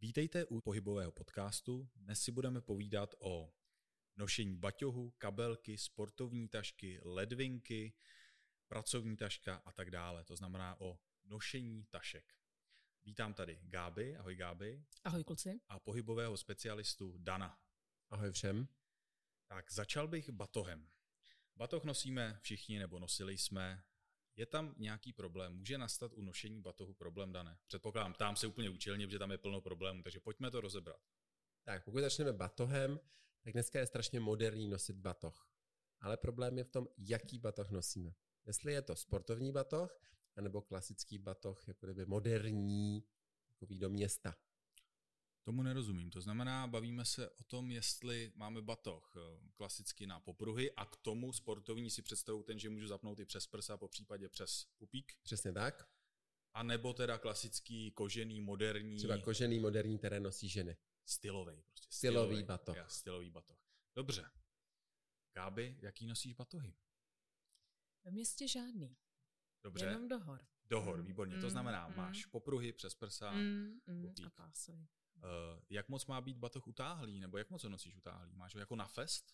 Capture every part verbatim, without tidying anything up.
Vítejte u pohybového podcastu. Dnes si budeme povídat o nošení baťohu, kabelky, sportovní tašky, ledvinky, pracovní taška a tak dále. To znamená o nošení tašek. Vítám tady Gáby. Ahoj Gáby. Ahoj kluci. A pohybového specialistu Dana. Ahoj všem. Tak začal bych batohem. Batoh nosíme všichni, nebo nosili jsme. Je tam nějaký problém? Může nastat u nošení batohu problém, Dané? Předpokládám, tam se úplně účelně, protože tam je plno problémů, takže pojďme to rozebrat. Tak, pokud začneme batohem, tak dneska je strašně moderní nosit batoh. Ale problém je v tom, jaký batoh nosíme. Jestli je to sportovní batoh, anebo klasický batoh, jako kdyby moderní, takový do města. Tomu nerozumím. To znamená, bavíme se o tom, jestli máme batoh klasicky na popruhy a k tomu sportovní si představují ten, že můžu zapnout i přes prsa, po případě přes pupík. Přesně tak. A nebo teda klasický kožený, moderní. Třeba kožený, moderní, které nosí ženy. Stylový. Prostě stylový, stylový batoh. Já, stylový batoh. Dobře. Gáby, jaký nosíš batohy? Ve městě žádný. Dobře. Jenom do hor. Do hor, výborně. Mm, to znamená, mm. máš popruhy přes prsa, Mm, mm, pupík. a pásový. Uh, jak moc má být batoh utáhlý, nebo jak moc ho nosíš utáhlý? Máš ho jako na fest?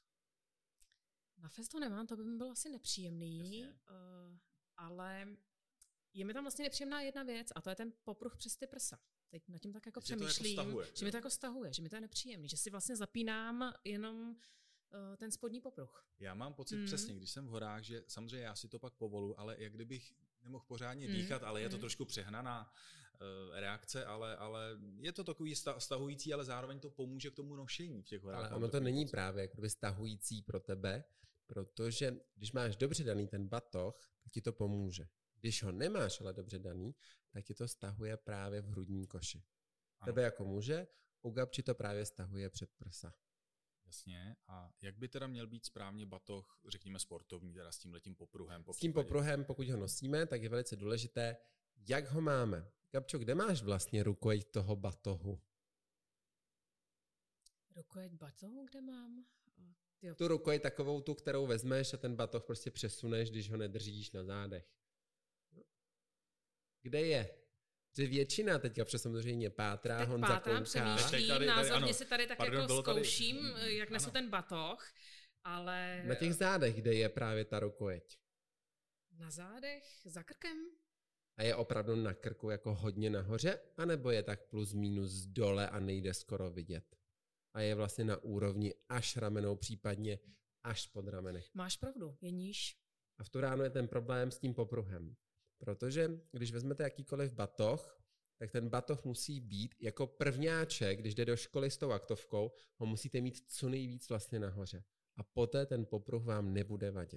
Na fest to nemám, to by mi bylo asi nepříjemný, uh, ale je mi tam vlastně nepříjemná jedna věc a to je ten popruh přes ty prsa. Teď nad tím tak jako že přemýšlím, to jako stahuje, že mi to jako stahuje, že mi to je nepříjemný, že si vlastně zapínám jenom uh, ten spodní popruh. Já mám pocit Mm. přesně, když jsem v horách, že samozřejmě já si to pak povolu, ale jak kdybych nemohl pořádně Mm. dýchat, ale je to Mm. trošku přehnaná uh, reakce, ale, ale je to takový stahující, ale zároveň to pomůže k tomu nošení v těch horách. Ale ono to není právě jakoby stahující pro tebe, protože když máš dobře daný ten batoh, tak ti to pomůže. Když ho nemáš ale dobře daný, tak ti to stahuje právě v hrudním koši. Ano. Tebe jako muže, u Gabči to právě stahuje před prsa. Jasně. A jak by teda měl být správně batoh, řekněme sportovní, teda s tímhletím popruhem? Po S tím případě? popruhem, pokud ho nosíme, tak je velice důležité, jak ho máme. Gabčo, kde máš vlastně rukojeť toho batohu? Rukojeť batohu, kde mám? Uh, tyjo. Tu rukojeť takovou tu, kterou vezmeš a ten batoh prostě přesuneš, když ho nedržíš na zádech. Kde je? Že většina teďka přes samozřejmě pátrá, Tak Honza pátrám, kouká. přemýšlím, Tady- tady- názorně ano. si tady tak Pardon, jako bylo tady- zkouším, jak nesu ano. ten batoh, ale Na těch zádech, kde je právě ta rukojeť. na zádech, za krkem. A je opravdu na krku jako hodně nahoře, anebo je tak plus minus dole a nejde skoro vidět. A je vlastně na úrovni až ramenou, případně až pod ramenech. Máš pravdu, je níž. A v tu ránu je ten problém s tím popruhem. Protože když vezmete jakýkoliv batoh, tak ten batoh musí být jako prvňáček, když jde do školy s tou aktovkou, ho musíte mít co nejvíc vlastně nahoře. A poté ten popruh vám nebude vadit.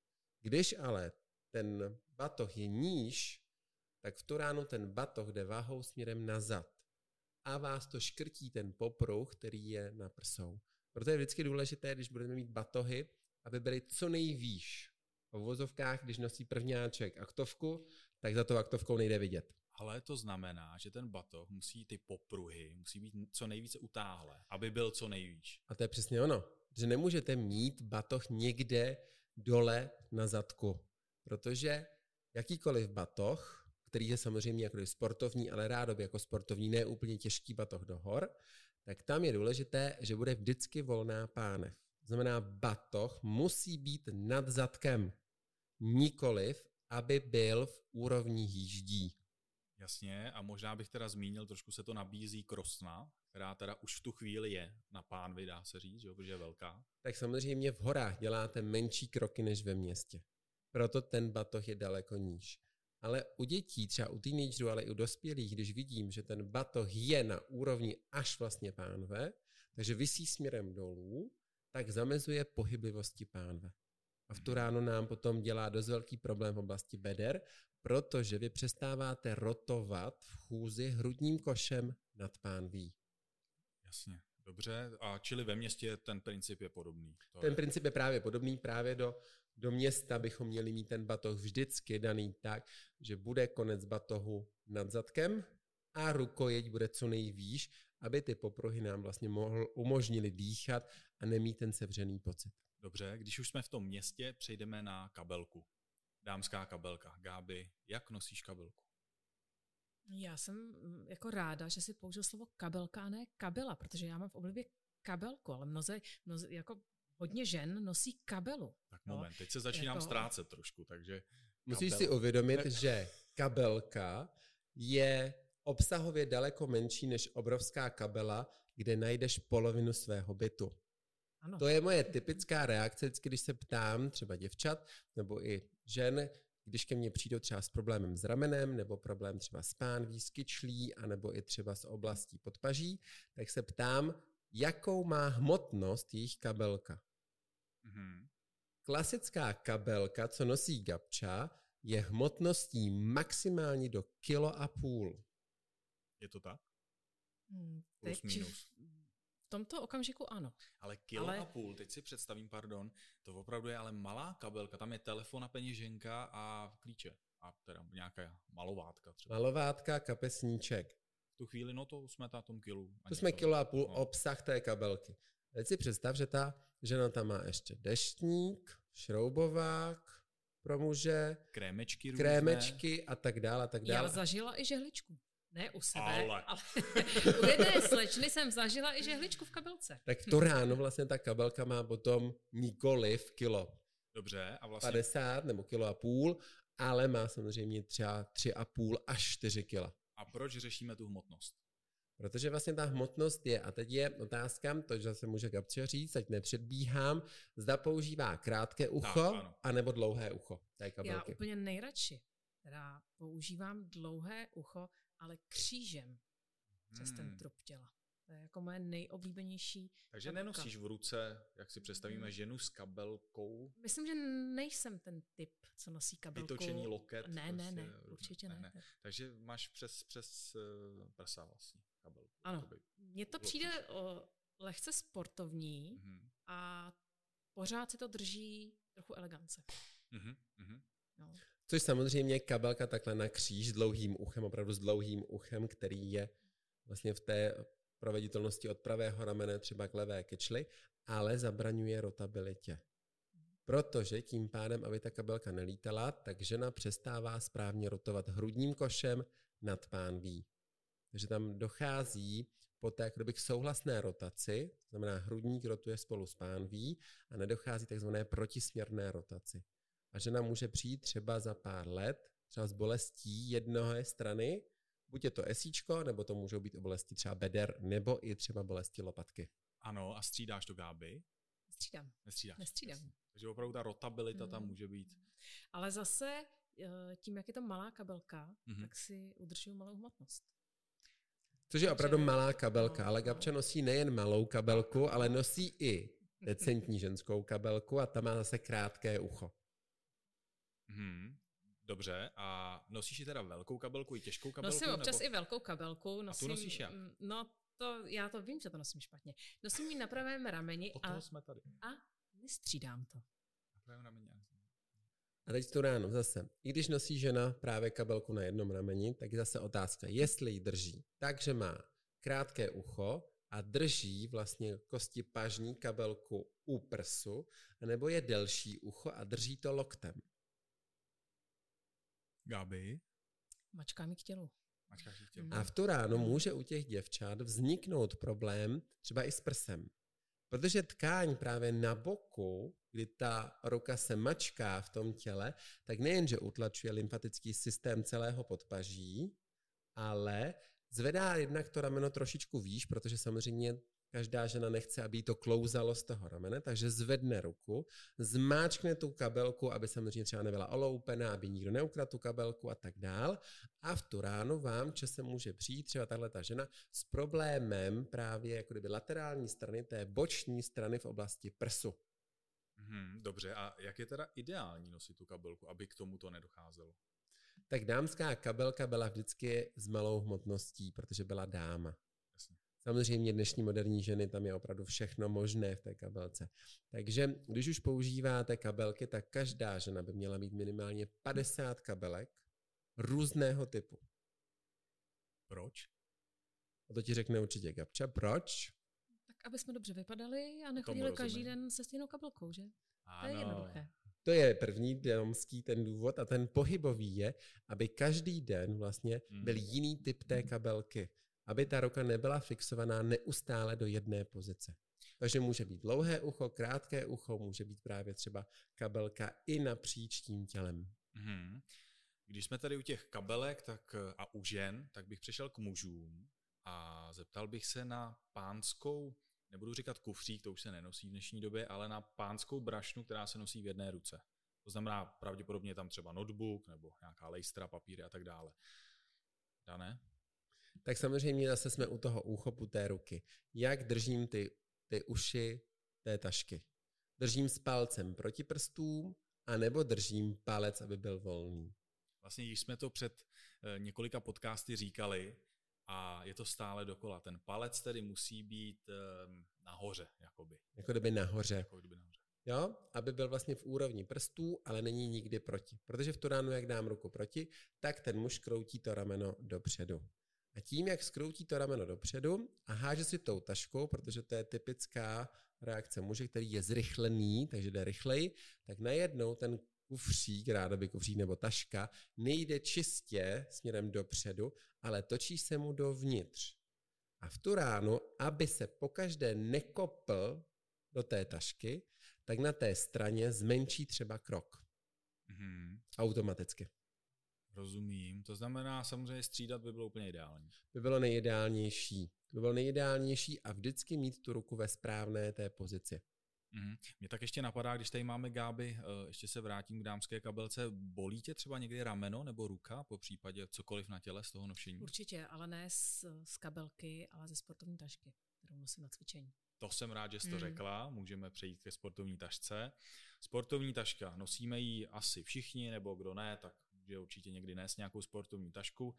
Když ale ten batoh je níž, tak v tu ránu ten batoh jde váhou směrem nazad. A vás to škrtí ten popruh, který je na prsou. Proto je vždycky důležité, když budeme mít batohy, aby byly co nejvýš. V uvozovkách, když nosí prvňáček aktovku, tak za tou aktovkou nejde vidět. Ale to znamená, že ten batoh musí ty popruhy, musí být co nejvíce utáhlé, aby byl co nejvíc. A to je přesně ono, že nemůžete mít batoh někde dole na zadku, protože jakýkoliv batoh, který je samozřejmě jako sportovní, ale rádoby jako sportovní, ne úplně těžký batoh do hor, tak tam je důležité, že bude vždycky volná pánev. To znamená, batoh musí být nad zadkem, nikoliv, aby byl v úrovni jíždí. Jasně, a možná bych teda zmínil, trošku se to nabízí krosna, která teda už v tu chvíli je na pánvi, dá se říct, že, protože je velká. Tak samozřejmě v horách děláte menší kroky než ve městě. Proto ten batoh je daleko níž. Ale u dětí, třeba u teenagerů, ale i u dospělých, když vidím, že ten batoh je na úrovni až vlastně pánve, takže visí směrem dolů, tak zamezuje pohyblivosti pánve. A v tu ránu nám potom dělá dost velký problém v oblasti beder, protože vy přestáváte rotovat v chůzi hrudním košem nad pánví. Jasně, dobře. A čili ve městě ten princip je podobný. To Ten je... princip je právě podobný, právě do, do města bychom měli mít ten batoh vždycky daný tak, že bude konec batohu nad zadkem a rukojeť bude co nejvýš, aby ty popruhy nám vlastně mohl, umožnili dýchat a nemít ten sevřený pocit. Dobře, když už jsme v tom městě, přejdeme na kabelku. Dámská kabelka. Gáby, jak nosíš kabelku? Já jsem jako ráda, že si použil slovo kabelka a ne kabela, protože já mám v oblibě kabelku, ale mnoze, mnoze jako hodně žen nosí kabelu. Tak moment, teď se začínám jako... ztrácet trošku, takže... Musíš kabel... si uvědomit, že kabelka je obsahově daleko menší než obrovská kabela, kde najdeš polovinu svého bytu. Ano. To je moje typická reakce, vždycky, když se ptám třeba děvčat nebo i žen, když ke mně přijdou třeba s problémem s ramenem, nebo problém třeba s pánví, s kyčlí, anebo i třeba s oblastí podpaží, tak se ptám, jakou má hmotnost jejich kabelka. Mm-hmm. Klasická kabelka, co nosí Gabča, je hmotností maximálně do kilo a půl. Je to tak? Hmm, Plus teď minus. V tomto okamžiku ano. Ale kilo ale... a půl, teď si představím, pardon, to opravdu je ale malá kabelka, tam je telefon a peněženka a klíče. A teda nějaká malovátka třeba. Malovátka, kapesníček. V tu chvíli, no to jsme na tom kilu. To jsme kilo a půl no. obsah té kabelky. Teď si představ, že ta žena tam má ještě deštník, šroubovák pro muže, krémečky různé. krémečky a tak dále a tak dále. Já zažila i žehličku. Ne u sebe, ale, ale u jedné slečny jsem zažila i žehličku v kabelce. Tak to ráno vlastně ta kabelka má potom nikoliv kilo. Dobře, a vlastně... padesát nebo kilo a půl, ale má samozřejmě třeba tři a půl až čtyři kila. A proč řešíme tu hmotnost? Protože vlastně ta hmotnost je, a teď je otázka, to, že se může Gabča říct, ať nepředbíhám, zda používá krátké ucho, tak, anebo dlouhé ucho té kabelky. Já úplně nejradši teda používám dlouhé ucho, ale křížem přes hmm. ten trup těla. To je jako moje nejoblíbenější. Takže kabelka. Nenosíš v ruce, jak si představíme, hmm. ženu s kabelkou? Myslím, že nejsem ten typ, co nosí kabelku. Vytočený loket? Ne, ne, prostě, ne, určitě ne. ne. ne. Takže máš přes, přes uh, prsa vlastně kabelku. Ano, mně to přijde o, lehce sportovní mm-hmm. a pořád si to drží trochu elegance. Mm-hmm. No. Což samozřejmě kabelka takhle na kříž s dlouhým uchem, opravdu s dlouhým uchem, který je vlastně v té proveditelnosti od pravého ramene třeba k levé kyčli, ale zabraňuje rotabilitě. Protože tím pádem, aby ta kabelka nelítala, tak žena přestává správně rotovat hrudním košem nad pánví. Takže tam dochází po té jakoby k souhlasné rotaci, to znamená hrudník rotuje spolu s pánví a nedochází takzvané protisměrné rotaci. A žena může přijít třeba za pár let, třeba s bolestí jednoho strany, buď je to esíčko, nebo to můžou být bolesti třeba beder, nebo i třeba bolesti lopatky. Ano, a střídáš to, Gáby? Střídám. Nestřídáš. Nestřídám. Jasně. Takže opravdu ta rotabilita mm. tam může být. Ale zase tím, jak je to malá kabelka, mm-hmm. tak si udržuju malou hmotnost. Což je opravdu malá kabelka, ale Gabča nosí nejen malou kabelku, ale nosí i decentní ženskou kabelku a ta má zase krátké ucho. Hmm, dobře, a nosíš ji teda velkou kabelku i těžkou kabelku? Nosím občas nebo? i velkou kabelku. Nosím, a tu nosíš jak? No, to, já to vím, že to nosím špatně. Nosím ji na pravém rameni a, jsme tady. a nestřídám to. Na pravém rameni. A teď tu ráno zase, i když nosí žena právě kabelku na jednom rameni, tak je zase otázka, jestli ji drží. Takže má krátké ucho a drží vlastně kosti pažní kabelku u prsu, nebo je delší ucho a drží to loktem. Gabi? Mačká mi k tělu. Mačkáš k tělu. A v tu ráno může u těch děvčat vzniknout problém třeba i s prsem. Protože tkáň právě na boku, kdy ta ruka se mačká v tom těle, tak nejenže utlačuje lymfatický systém celého podpaží, ale zvedá jednak to rameno trošičku výš, protože samozřejmě každá žena nechce, aby jí to klouzalo z toho ramene, takže zvedne ruku, zmáčkne tu kabelku, aby samozřejmě třeba nebyla oloupená, aby nikdo neukradl tu kabelku a tak dál. A v tu ránu vám časem může přijít třeba tahleta žena s problémem právě jako kdyby laterální strany, té boční strany v oblasti prsu. Hmm, dobře, a jak je teda ideální nosit tu kabelku, aby k tomu to nedocházelo? Tak dámská kabelka byla vždycky s malou hmotností, protože byla dáma. Jasně. Samozřejmě dnešní moderní ženy, tam je opravdu všechno možné v té kabelce. Takže když už používáte kabelky, tak každá žena by měla mít minimálně padesát kabelek různého typu. Proč? A to ti řekne určitě Gabča. Proč? Tak aby jsme dobře vypadali a nechodili každý den se stejnou kabelkou, že? Ano. To je jednoduché. To je první domský ten důvod a ten pohybový je, aby každý den vlastně byl jiný typ té kabelky, aby ta ruka nebyla fixovaná neustále do jedné pozice. Takže může být dlouhé ucho, krátké ucho, může být právě třeba kabelka i napříč tím tělem. Mm-hmm. Když jsme tady u těch kabelek tak, a u žen, tak bych přešel k mužům a zeptal bych se na pánskou, nebudu říkat kufřík, to už se nenosí v dnešní době, ale na pánskou brašnu, která se nosí v jedné ruce. To znamená pravděpodobně tam třeba notebook nebo nějaká lejstra, papíry a tak dále. Dané? Tak samozřejmě zase jsme u toho úchopu té ruky. Jak držím ty, ty uši té tašky? Držím s palcem proti prstům, anebo držím palec, aby byl volný? Vlastně, když jsme to před několika podcasty říkali, a je to stále dokola. Ten palec tedy musí být um, nahoře, jakoby. Jako kdyby nahoře. Jako kdyby nahoře. Jo, aby byl vlastně v úrovni prstů, ale není nikdy proti. Protože v tu ránu, jak dám ruku proti, tak ten muž kroutí to rameno dopředu. A tím, jak skroutí to rameno dopředu a háže si tou taškou, protože to je typická reakce muže, který je zrychlený, takže jde rychleji, tak najednou ten kufřík, rádoby kufřík nebo taška, nejde čistě směrem dopředu, ale točí se mu dovnitř. A v tu ránu, aby se pokaždé nekopl do té tašky, tak na té straně zmenší třeba krok. Mm-hmm. Automaticky. Rozumím. To znamená, samozřejmě střídat by bylo úplně ideální. By bylo nejideálnější. By bylo nejideálnější a vždycky mít tu ruku ve správné té pozici. Mm. Mě tak ještě napadá, když tady máme Gáby, ještě se vrátím k dámské kabelce, bolí tě třeba někdy rameno nebo ruka, po případě cokoliv na těle z toho nošení? Určitě, ale ne z, z kabelky, ale ze sportovní tašky, kterou nosím na cvičení. To jsem rád, že jsi to mm. řekla, můžeme přejít ke sportovní tašce. Sportovní taška, nosíme ji asi všichni, nebo kdo ne, tak může určitě někdy nést nějakou sportovní tašku.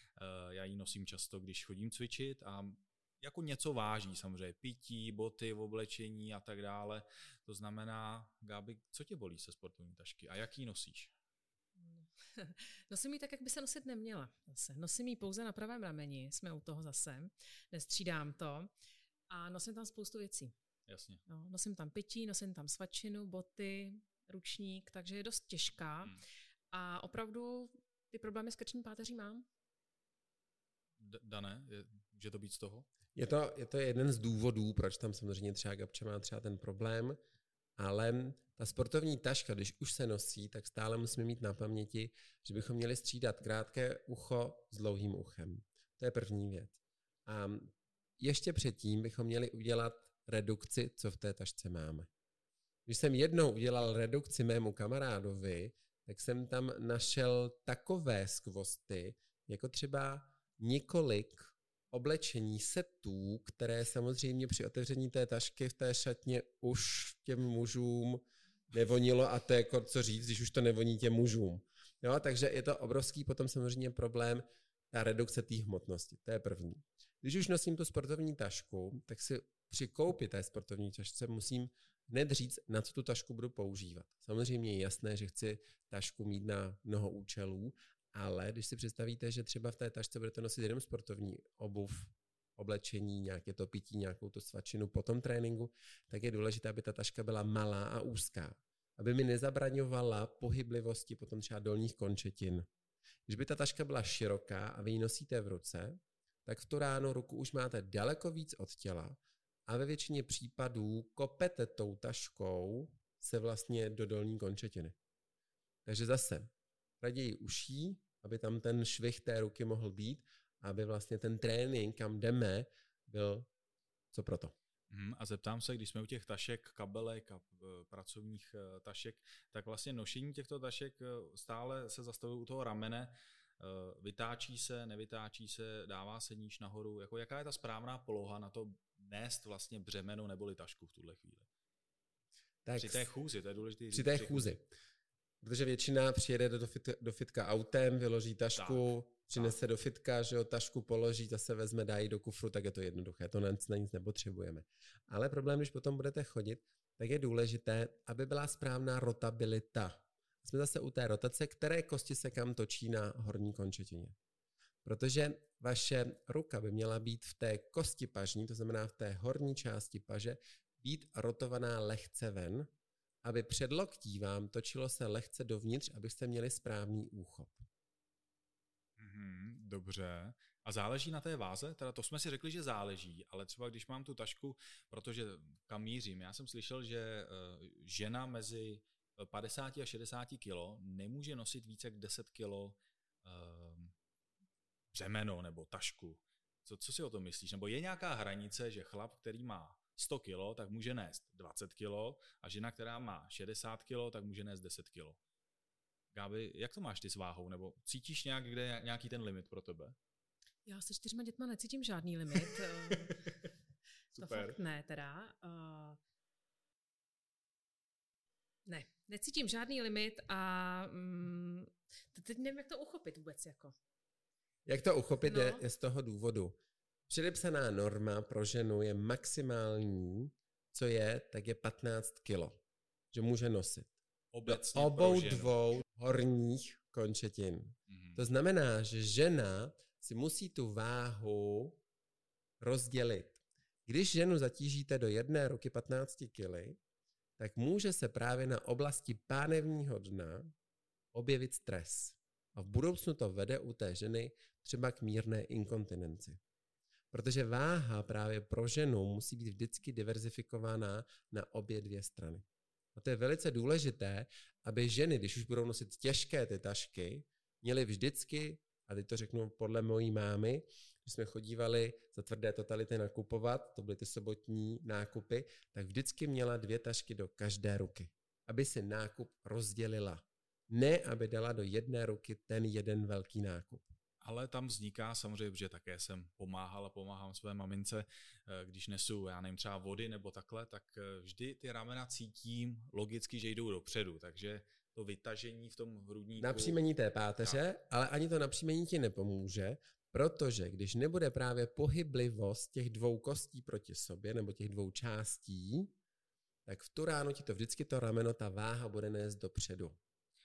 Já ji nosím často, když chodím cvičit a jako něco váží samozřejmě, pití, boty, oblečení a tak dále. To znamená, Gáby, co tě bolí se sportovní tašky a jak ji nosíš? Nosím ji tak, jak by se nosit neměla. Zase. Nosím ji pouze na pravém rameni, jsme u toho zase, nestřídám to a nosím tam spoustu věcí. Jasně. No, nosím tam pití, nosím tam svačinu, boty, ručník, takže je dost těžká hmm. a opravdu ty problémy s krční páteří mám. D- Dané, je, může to být z toho? Je to, je to jeden z důvodů, proč tam samozřejmě třeba Gabča má třeba ten problém, ale ta sportovní taška, když už se nosí, tak stále musíme mít na paměti, že bychom měli střídat krátké ucho s dlouhým uchem. To je první věc. A ještě předtím bychom měli udělat redukci, co v té tašce máme. Když jsem jednou udělal redukci mému kamarádovi, tak jsem tam našel takové skvosty, jako třeba několik oblečení setů, které samozřejmě při otevření té tašky v té šatně už těm mužům nevonilo a to je jako co říct, když už to nevoní těm mužům. Jo, takže je to obrovský potom samozřejmě problém ta redukce té hmotnosti, to je první. Když už nosím tu sportovní tašku, tak si při koupi té sportovní tašce musím hned říct, na co tu tašku budu používat. Samozřejmě je jasné, že chci tašku mít na mnoho účelů, ale když si představíte, že třeba v té tašce budete nosit jenom sportovní obuv, oblečení, nějaké to pití, nějakou tu svačinu po tom tréninku, tak je důležité, aby ta taška byla malá a úzká. Aby mi nezabraňovala pohyblivosti potom třeba dolních končetin. Když by ta taška byla široká a vy ji nosíte v ruce, tak v tu ráno ruku už máte daleko víc od těla a ve většině případů kopete tou taškou se vlastně do dolní končetiny. Takže zase raději uší, aby tam ten švih té ruky mohl být, aby vlastně ten trénink, kam jdeme, byl co proto. Hmm, a zeptám se, když jsme u těch tašek, kabelek a pracovních tašek, tak vlastně nošení těchto tašek stále se zastavují u toho ramene, vytáčí se, nevytáčí se, dává se níž nahoru. Jako jaká je ta správná poloha na to nést vlastně břemeno neboli tašku v tuhle chvíli? Tak při té chůzi, to je důležité. Při té chůzi. Protože většina přijede do, fit, do fitka autem, vyloží tašku, tak, přinese tak. do fitka, že jo, tašku položí, zase vezme, dá ji do kufru, tak je to jednoduché, to na nic, na nic nepotřebujeme. Ale problém, když potom budete chodit, tak je důležité, aby byla správná rotabilita. Jsme zase u té rotace, které kosti se kam točí na horní končetině. Protože vaše ruka by měla být v té kosti pažní, to znamená v té horní části paže, být rotovaná lehce ven, aby před loktí vám točilo se lehce dovnitř, abyste měli správný úchop. Mm, dobře. A záleží na té váze? Teda to jsme si řekli, že záleží, ale třeba když mám tu tašku, protože kam mířím, já jsem slyšel, že uh, žena mezi padesát a šedesát kilo nemůže nosit více jak deset kilo uh, břemeno nebo tašku. Co, co si o tom myslíš? Nebo je nějaká hranice, že chlap, který má sto kilo, tak může nést dvacet kilo a žena, která má šedesát kilo, tak může nést deset kilo. Gábi, jak to máš ty s váhou? Nebo cítíš nějak, kde je nějaký ten limit pro tebe? Já se čtyřma dětma necítím žádný limit. To Super. fakt ne teda. Uh, ne, necítím žádný limit a um, teď nevím, jak to uchopit vůbec. Jako. Jak to uchopit No. je, je z toho důvodu. Předepsaná norma pro ženu je maximální, co je, tak je patnáct kilo, že může nosit. Obecně Do obou pro ženu. dvou horních končetin. Mhm. To znamená, že žena si musí tu váhu rozdělit. Když ženu zatížíte do jedné ruky patnáct kily, tak může se právě na oblasti pánevního dna objevit stres. A v budoucnu to vede u té ženy třeba k mírné inkontinenci. Protože váha právě pro ženu musí být vždycky diverzifikovaná na obě dvě strany. A to je velice důležité, aby ženy, když už budou nosit těžké ty tašky, měly vždycky, a teď to řeknu podle mojí mámy, když jsme chodívali za tvrdé totality nakupovat, to byly ty sobotní nákupy, tak vždycky měla dvě tašky do každé ruky, aby si nákup rozdělila. Ne, aby dala do jedné ruky ten jeden velký nákup. Ale tam vzniká samozřejmě, protože také jsem pomáhal a pomáhám své mamince, když nesu, já nevím, třeba vody nebo takhle, tak vždy ty ramena cítím logicky, že jdou dopředu, takže to vytažení v tom hrudníku... Napříjmení té páteře, tak. Ale ani to napříjmení ti nepomůže, protože když nebude právě pohyblivost těch dvou kostí proti sobě, nebo těch dvou částí, tak v tu ránu ti to vždycky to rameno, ta váha bude nést dopředu.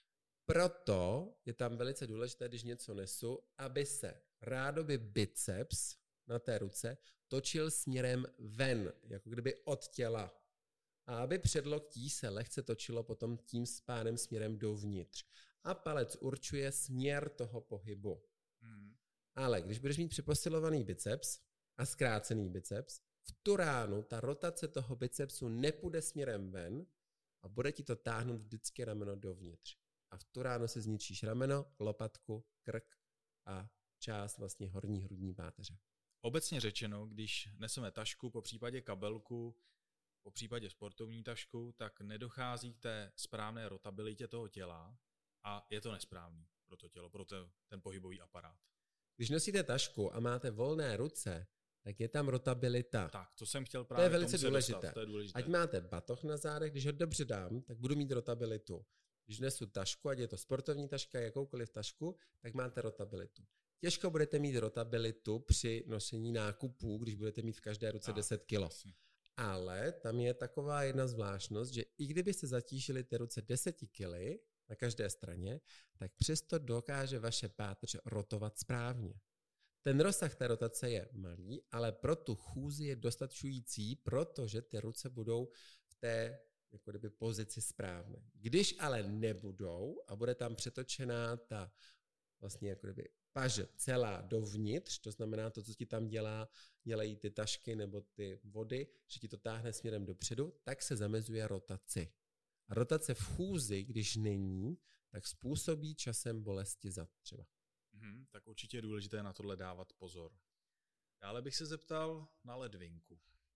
Proto je tam velice důležité, když něco nesu, aby se rádoby biceps na té ruce točil směrem ven, jako kdyby od těla. A aby předloktí se lehce točilo potom tím spánem směrem dovnitř. A palec určuje směr toho pohybu. Hmm. Ale když budeš mít připosilovaný biceps a zkrácený biceps, v tu ránu ta rotace toho bicepsu nepůjde směrem ven a bude ti to táhnout vždycky rameno dovnitř. A v tu ráno si zničíš rameno, lopatku, krk a část vlastně horní hrudní páteře. Obecně řečeno, když neseme tašku, po případě kabelku, po případě sportovní tašku, tak nedochází k té správné rotabilitě toho těla a je to nesprávný pro to tělo, pro te, ten pohybový aparát. Když nosíte tašku a máte volné ruce, tak je tam rotabilita. Tak, to jsem chtěl To právě je velice tomu se důležité. dostat, to je důležité. Ať máte batoh na zádech, když ho dobře dám, tak budu mít rotabilitu. Když nesu tašku, ať je to sportovní taška, jakoukoliv tašku, tak máte rotabilitu. Těžko budete mít rotabilitu při nošení nákupů, když budete mít v každé ruce tak, deset kilo. Jasně. Ale tam je taková jedna zvláštnost, že i kdybyste zatížili ty ruce deset kily na každé straně, tak přesto dokáže vaše páteř rotovat správně. Ten rozsah té rotace je malý, ale pro tu chůzi je dostačující, protože ty ruce budou v té jako kdyby pozici správné. Když ale nebudou a bude tam přetočená ta vlastně jako kdyby paže celá dovnitř, to znamená to, co ti tam dělá, dělají ty tašky nebo ty vody, že ti to táhne směrem dopředu, tak se zamezuje rotaci. A rotace v chůzi, když není, tak způsobí časem bolesti zad třeba. Mhm, tak určitě je důležité na tohle dávat pozor. Dále bych se zeptal na ledvinku.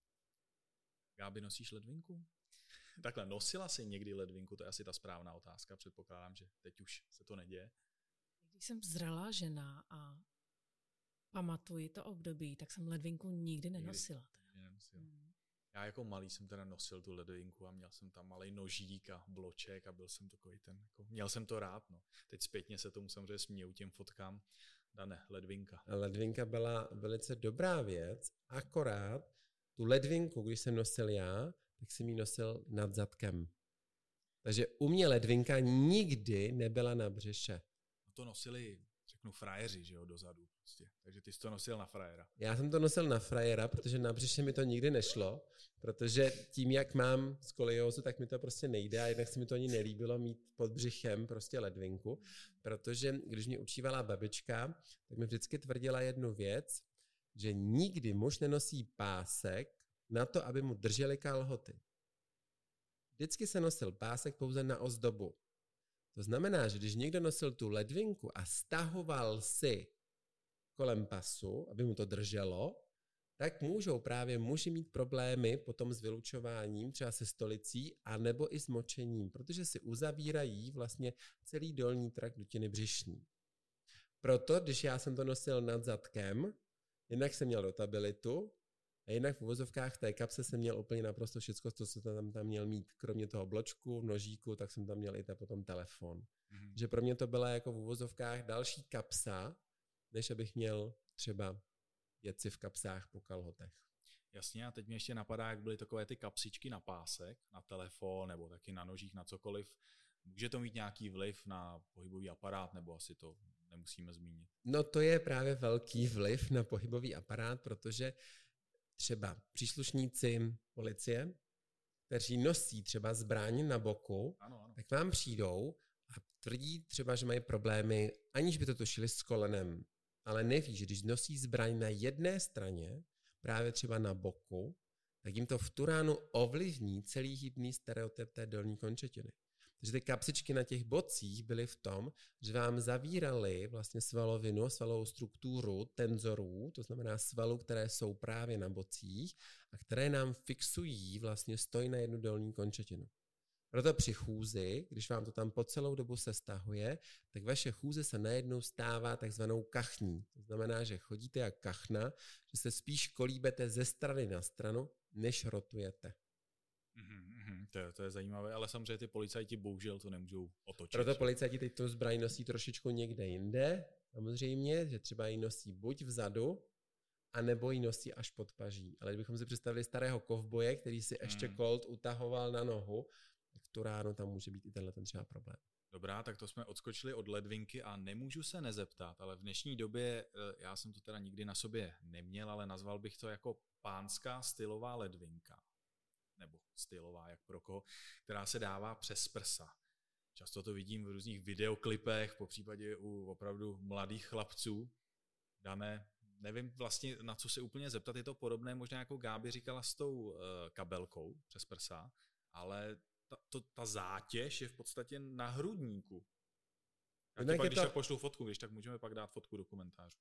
Gábi, nosíš ledvinku? Takhle, nosila jsi někdy ledvinku? To je asi ta správná otázka, předpokládám, že teď už se to neděje. Když jsem zralá žena a pamatuji to období, tak jsem ledvinku nikdy nenosila. Nikdy nenosila. Hmm. Já jako malý jsem teda nosil tu ledvinku a měl jsem tam malej nožík a bloček a byl jsem takový ten, jako, měl jsem to rád, no. Teď zpětně se tomu samozřejmě směju těm fotkám, Dane, ledvinka. A ledvinka byla velice dobrá věc, akorát tu ledvinku, když jsem nosil já, tak jsem ji nosil nad zadkem. Takže u mě ledvinka nikdy nebyla na břiše. No to nosili, řeknu, frajeři, že jo, dozadu. Prostě. Takže ty jsi to nosil na frajera. Já jsem to nosil na frajera, protože na břiše mi to nikdy nešlo, protože tím, jak mám skoliózu, tak mi to prostě nejde a jednak se mi to ani nelíbilo mít pod břichem prostě ledvinku, protože když mě učívala babička, tak mi vždycky tvrdila jednu věc, že nikdy muž nenosí pásek na to, aby mu drželi kalhoty. Vždycky se nosil pásek pouze na ozdobu. To znamená, že když někdo nosil tu ledvinku a stahoval si kolem pasu, aby mu to drželo, tak můžou právě muži mít problémy potom s vylučováním, třeba se stolicí, anebo i s močením, protože si uzavírají vlastně celý dolní trakt dutiny břišní. Proto, když já jsem to nosil nad zadkem, jednak jsem měl rotabilitu, a jinak v uvozovkách té kapse jsem měl úplně naprosto všecko, co jsem tam, tam měl mít. Kromě toho bločku, nožíku, tak jsem tam měl i ta potom telefon. Mm-hmm. Že pro mě to byla jako v uvozovkách další kapsa, než abych měl třeba věci v kapsách po kalhotech. Jasně, a teď mě ještě napadá, jak byly takové ty kapsičky na pásek, na telefon nebo taky na nožích, na cokoliv. Může to mít nějaký vliv na pohybový aparát, nebo asi to nemusíme zmínit? No to je právě velký vliv na pohybový aparát, protože třeba příslušníci policie, kteří nosí třeba zbraň na boku, ano, ano. tak vám přijdou a tvrdí třeba, že mají problémy, aniž by to tušili s kolenem, ale neví, že když nosí zbraň na jedné straně, právě třeba na boku, tak jim to v tu ránu ovlivní celý hybný stereotyp té dolní končetiny. Takže ty kapsičky na těch bocích byly v tom, že vám zavíraly vlastně svalovinu, svalovou strukturu tenzorů, to znamená svalů, které jsou právě na bocích a které nám fixují vlastně stoj na jednu dolní končetinu. Proto při chůzi, když vám to tam po celou dobu se stahuje, tak vaše chůze se najednou stává takzvanou kachní. To znamená, že chodíte jak kachna, že se spíš kolíbete ze strany na stranu, než rotujete. Mm-hmm, to, je, to je zajímavé, ale samozřejmě ty policajti bohužel to nemůžou otočit. Proto policajti teď tu zbraň nosí trošičku někde jinde, samozřejmě, že třeba ji nosí buď vzadu, anebo ji nosí až pod paží. Ale kdybychom si představili starého kovboje, který si ještě mm. Colt utahoval na nohu, tak tu ráno tam může být i tenhle ten třeba problém. Dobrá, tak to jsme odskočili od ledvinky a nemůžu se nezeptat, ale v dnešní době, já jsem to teda nikdy na sobě neměl, ale nazval bych to jako pánská stylová ledvinka. Nebo stylová, jak pro koho, která se dává přes prsa. Často to vidím v různých videoklipech, popřípadě u opravdu mladých chlapců. Dané, nevím vlastně, na co se úplně zeptat, je to podobné, možná jako Gáby říkala s tou uh, kabelkou přes prsa, ale ta, to, ta zátěž je v podstatě na hrudníku. Já ti pak, když to... tak pošlu fotku, když tak můžeme pak dát fotku do komentářů.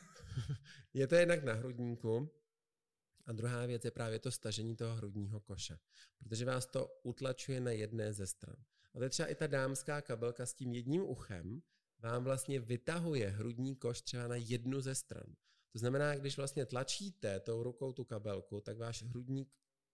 Je to jednak na hrudníku. A druhá věc je právě to stažení toho hrudního koše, protože vás to utlačuje na jedné ze stran. A to je třeba i ta dámská kabelka s tím jedním uchem, vám vlastně vytahuje hrudní koš třeba na jednu ze stran. To znamená, když vlastně tlačíte tou rukou tu kabelku, tak váš hrudník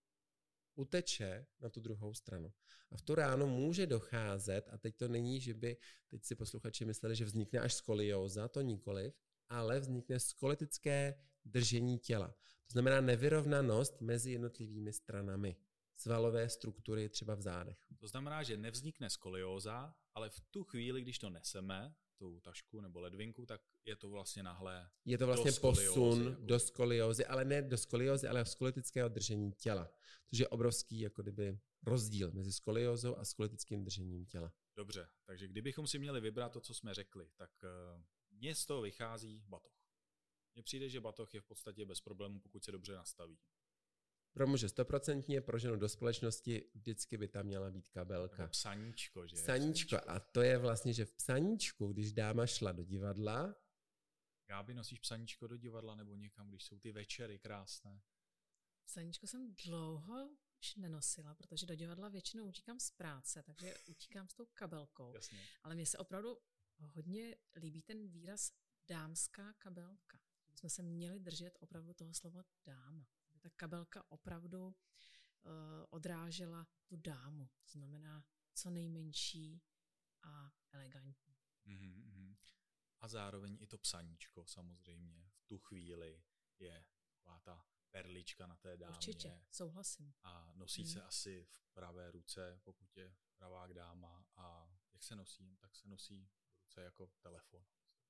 uteče na tu druhou stranu. A v tu ráno může docházet, a teď to není, že by teď si posluchači mysleli, že vznikne až skolióza, to nikoliv, ale vznikne skoliotické držení těla. To znamená nevyrovnanost mezi jednotlivými stranami svalové struktury třeba v zádech. To znamená, že nevznikne skolióza, ale v tu chvíli, když to neseme, tu tašku nebo ledvinku, tak je to vlastně nahlé. Je to vlastně posun jako do skoliózy, ale ne do skoliózy, ale skoliotického držení těla. Což je obrovský jako kdyby rozdíl mezi skoliózou a skoliotickým držením těla. Dobře, takže kdybychom si měli vybrat to, co jsme řekli, tak uh, mně z toho vychází batoh. Mně přijde, že batoh je v podstatě bez problémů, pokud se dobře nastaví. Pro muže stoprocentně, pro ženu do společnosti vždycky by tam měla být kabelka. Jako psaníčko, že? Psaníčko. A to je vlastně, že v psaníčku, když dáma šla do divadla. Gáby, nosíš psaníčko do divadla nebo někam, když jsou ty večery krásné? Psaníčko jsem dlouho už nenosila, protože do divadla většinou utíkám z práce, takže utíkám s tou kabelkou. Jasně. Ale mně se opravdu hodně líbí ten výraz dámská kabelka. Jsme se měli držet opravdu toho slova dáma. Ta kabelka opravdu uh, odrážela tu dámu. To znamená co nejmenší a elegantní. Mm-hmm. A zároveň i to psaníčko samozřejmě v tu chvíli je taková ta perlička na té dámě. Určitě, souhlasím. A nosí mm. se asi v pravé ruce, pokud je pravá dáma. A jak se nosí, tak se nosí v ruce jako telefon.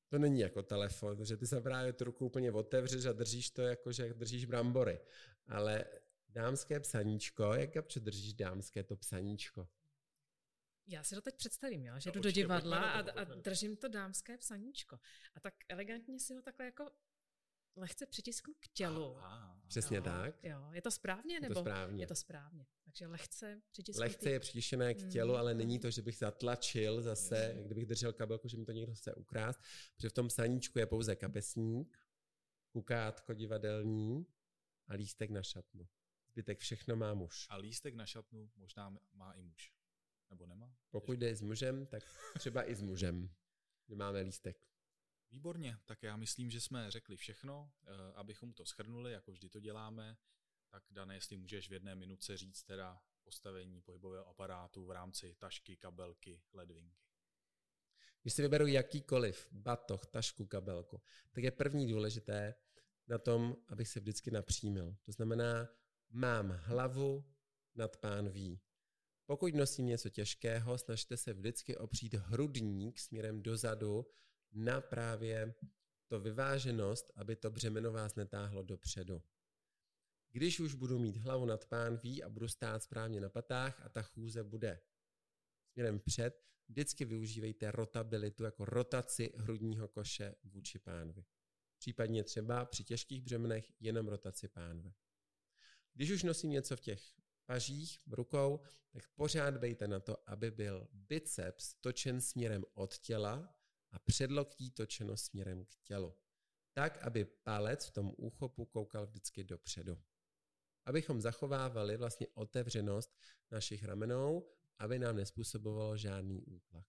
To není jako telefon, že ty se právě tu ruku úplně otevřeš a držíš to jako, že držíš brambory. Ale dámské psaníčko, jak Gabčo držíš dámské to psaníčko? Já si to teď představím, jo? Že No, jdu určitě, do divadla pojďme do toho, a, a pojďme do toho. držím to dámské psaníčko. A tak elegantně si ho takhle jako lehce přitisknu k tělu. Aha, Přesně jo, tak. Jo, je to správně? Je Nebo to správně. Je to správně. Takže lehce přitisknu. Lehce je přitišené k tělu, Mm, ale není mm. to, že bych zatlačil zase, Mm. kdybych držel kabelku, že mi to někdo chce ukrást, protože v tom psaníčku je pouze kapesník, kukátko divadelní a lístek na šatnu. Zbytek všechno má muž. A lístek na šatnu možná má i muž. Nebo nemá? Pokud jde s mužem, tak třeba i s mužem, že máme lístek. Výborně, tak já myslím, že jsme řekli všechno, eh, abychom to shrnuli, jako vždy to děláme. Tak Dane, jestli můžeš v jedné minutce říct teda postavení pohybového aparátu v rámci tašky, kabelky, ledvinky. Když si vyberu jakýkoliv batoh, tašku, kabelku, tak je první důležité na tom, abych se vždycky napřímil. To znamená, mám hlavu nad pánví. Pokud nosím něco těžkého, snažte se vždycky opřít hrudník směrem dozadu na právě to vyváženost, aby to břemeno vás netáhlo dopředu. Když už budu mít hlavu nad pánví a budu stát správně na patách a ta chůze bude směrem před, vždycky využívejte rotabilitu jako rotaci hrudního koše vůči pánvi. Případně třeba při těžkých břemenech jenom rotaci pánve. Když už nosím něco v těch pažích, rukou, tak pořád bejte na to, aby byl biceps točen směrem od těla a předloktí točeno směrem k tělu. Tak, aby palec v tom úchopu koukal vždycky dopředu. Abychom zachovávali vlastně otevřenost našich ramenou, aby nám nespůsobovalo žádný útlak.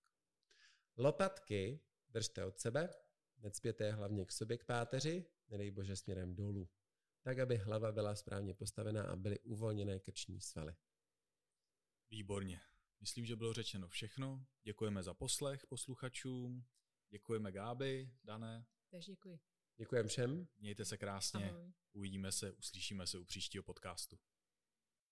Lopatky držte od sebe, necpěte je hlavně k sobě k páteři, nedej bože směrem dolů. Tak, aby hlava byla správně postavená a byly uvolněné krční svaly. Výborně. Myslím, že bylo řečeno všechno. Děkujeme za poslech posluchačům. Děkujeme Gábi, Dané. Takže děkuji. Děkujem všem. Mějte se krásně. Ahoj. Uvidíme se, uslyšíme se u příštího podcastu.